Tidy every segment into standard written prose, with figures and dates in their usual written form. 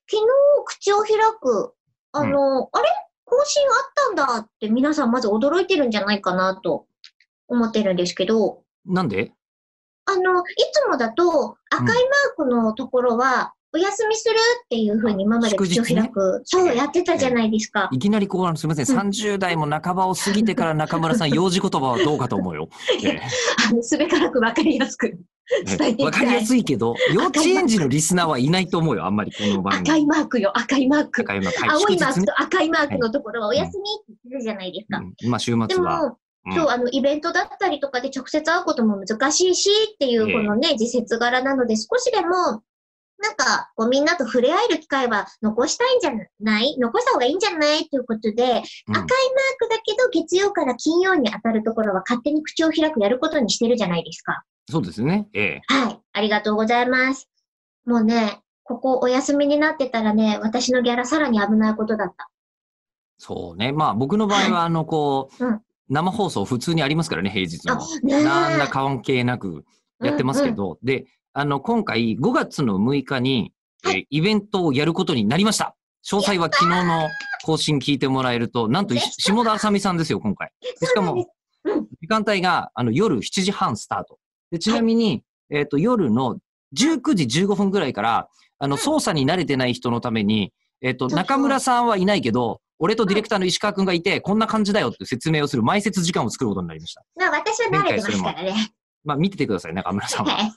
昨日口を開く、あれ更新あったんだって皆さんまず驚いてるんじゃないかなと思ってるんですけど、 なんで？ いつもだと赤いマークのところは、お休みするっていう風に今まで口を開く、そうやってたじゃないですか。 いきなりこう、すみません、30代も半ばを過ぎてから中村さん、幼児言葉はどうかと思うよ。 すべからく分かりやすく伝えていきたい。 分かりやすいけど、幼稚園児のリスナーはいないと思うよ、あんまりこの番組。 赤いマークよ、赤いマーク。 赤いマーク。はい、 青いマークと赤いマークのところはお休みって言ってるじゃないですか。 まあ週末は。 でも、そう、イベントだったりとかで直接会うことも難しいしっていうこのね、時節柄なので少しでも、なんか、こうみんなと触れ合える機会は残したいんじゃない残した方がいいんじゃないということで、赤いマークだけど月曜から金曜に当たるところは勝手に口を開くやることにしてるじゃないですか。 そうですね。 はい。ありがとうございます。もうね、ここお休みになってたらね、私のギャラさらに危ないことだった。 そうね。まあ僕の場合は、生放送普通にありますからね、平日の。なんだ関係なくやってますけど。で、今回5月の6日に、イベントをやることになりました。詳細は昨日の更新聞いてもらえると、なんと下田あさみさんですよ、今回。しかも、時間帯が夜7時半スタート。でちなみに、夜の19時15分ぐらいから、操作に慣れてない人のために、中村さんはいないけど、俺とディレクターの石川くんがいて、こんな感じだよって説明をする前説時間を作ることになりました。 私は慣れてますからね。 まあ見ててください、中村さんは。 はい、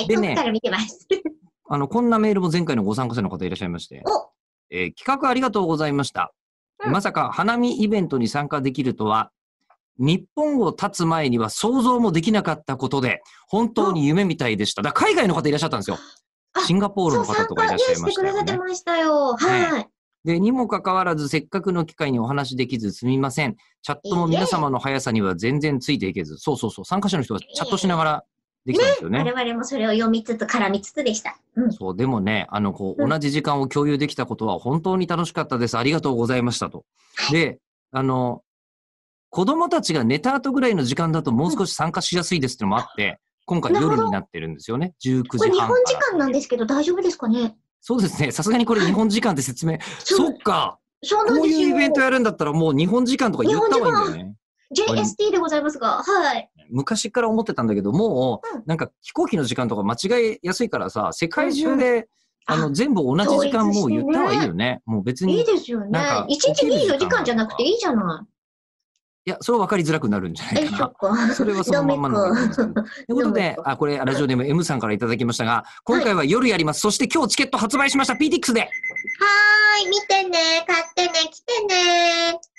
でね、遠くから見てます。 こんなメールも前回のご参加者の方いらっしゃいまして、企画ありがとうございました。まさか花見イベントに参加できるとは、日本を立つ前には想像もできなかったことで、本当に夢みたいでした。だから海外の方いらっしゃったんですよ。シンガポールの方とかいらっしゃいましたよね。 してくださってましたよ。はい。 で、にもかかわらず、せっかくの機会にお話できずすみません。チャットも皆様の速さには全然ついていけず。そう、参加者の人がチャットしながらできたんですよね。 我々もそれを読みつつ、絡みつつでした。 そう、でもね、同じ時間を共有できたことは本当に楽しかったです。ありがとうございましたと。で、子供たちが寝た後ぐらいの時間だともう少し参加しやすいですってのもあって、今回夜になってるんですよね。19時半から。これ日本時間なんですけど大丈夫ですかね？ そうですね。さすがにこれ日本時間で説明。そっか。こういうイベントやるんだったらもう日本時間とか言った方がいいんだよね。 JST でございますが、はい。 昔から思ってたんだけど、もう、なんか飛行機の時間とか間違いやすいからさ、世界中で、全部同じ時間もう言った方がいいよね。もう別に。 いいですよね。1日24時間じゃなくていいじゃない。 いや、それは分かりづらくなるんじゃないかな。それはそのまんまの方がいいんですけど。ということで、これ、ラジオネーム M さんからいただきましたが、今回は夜やります。そして今日チケット発売しました。PTX で。 見てね、買ってね、来てね。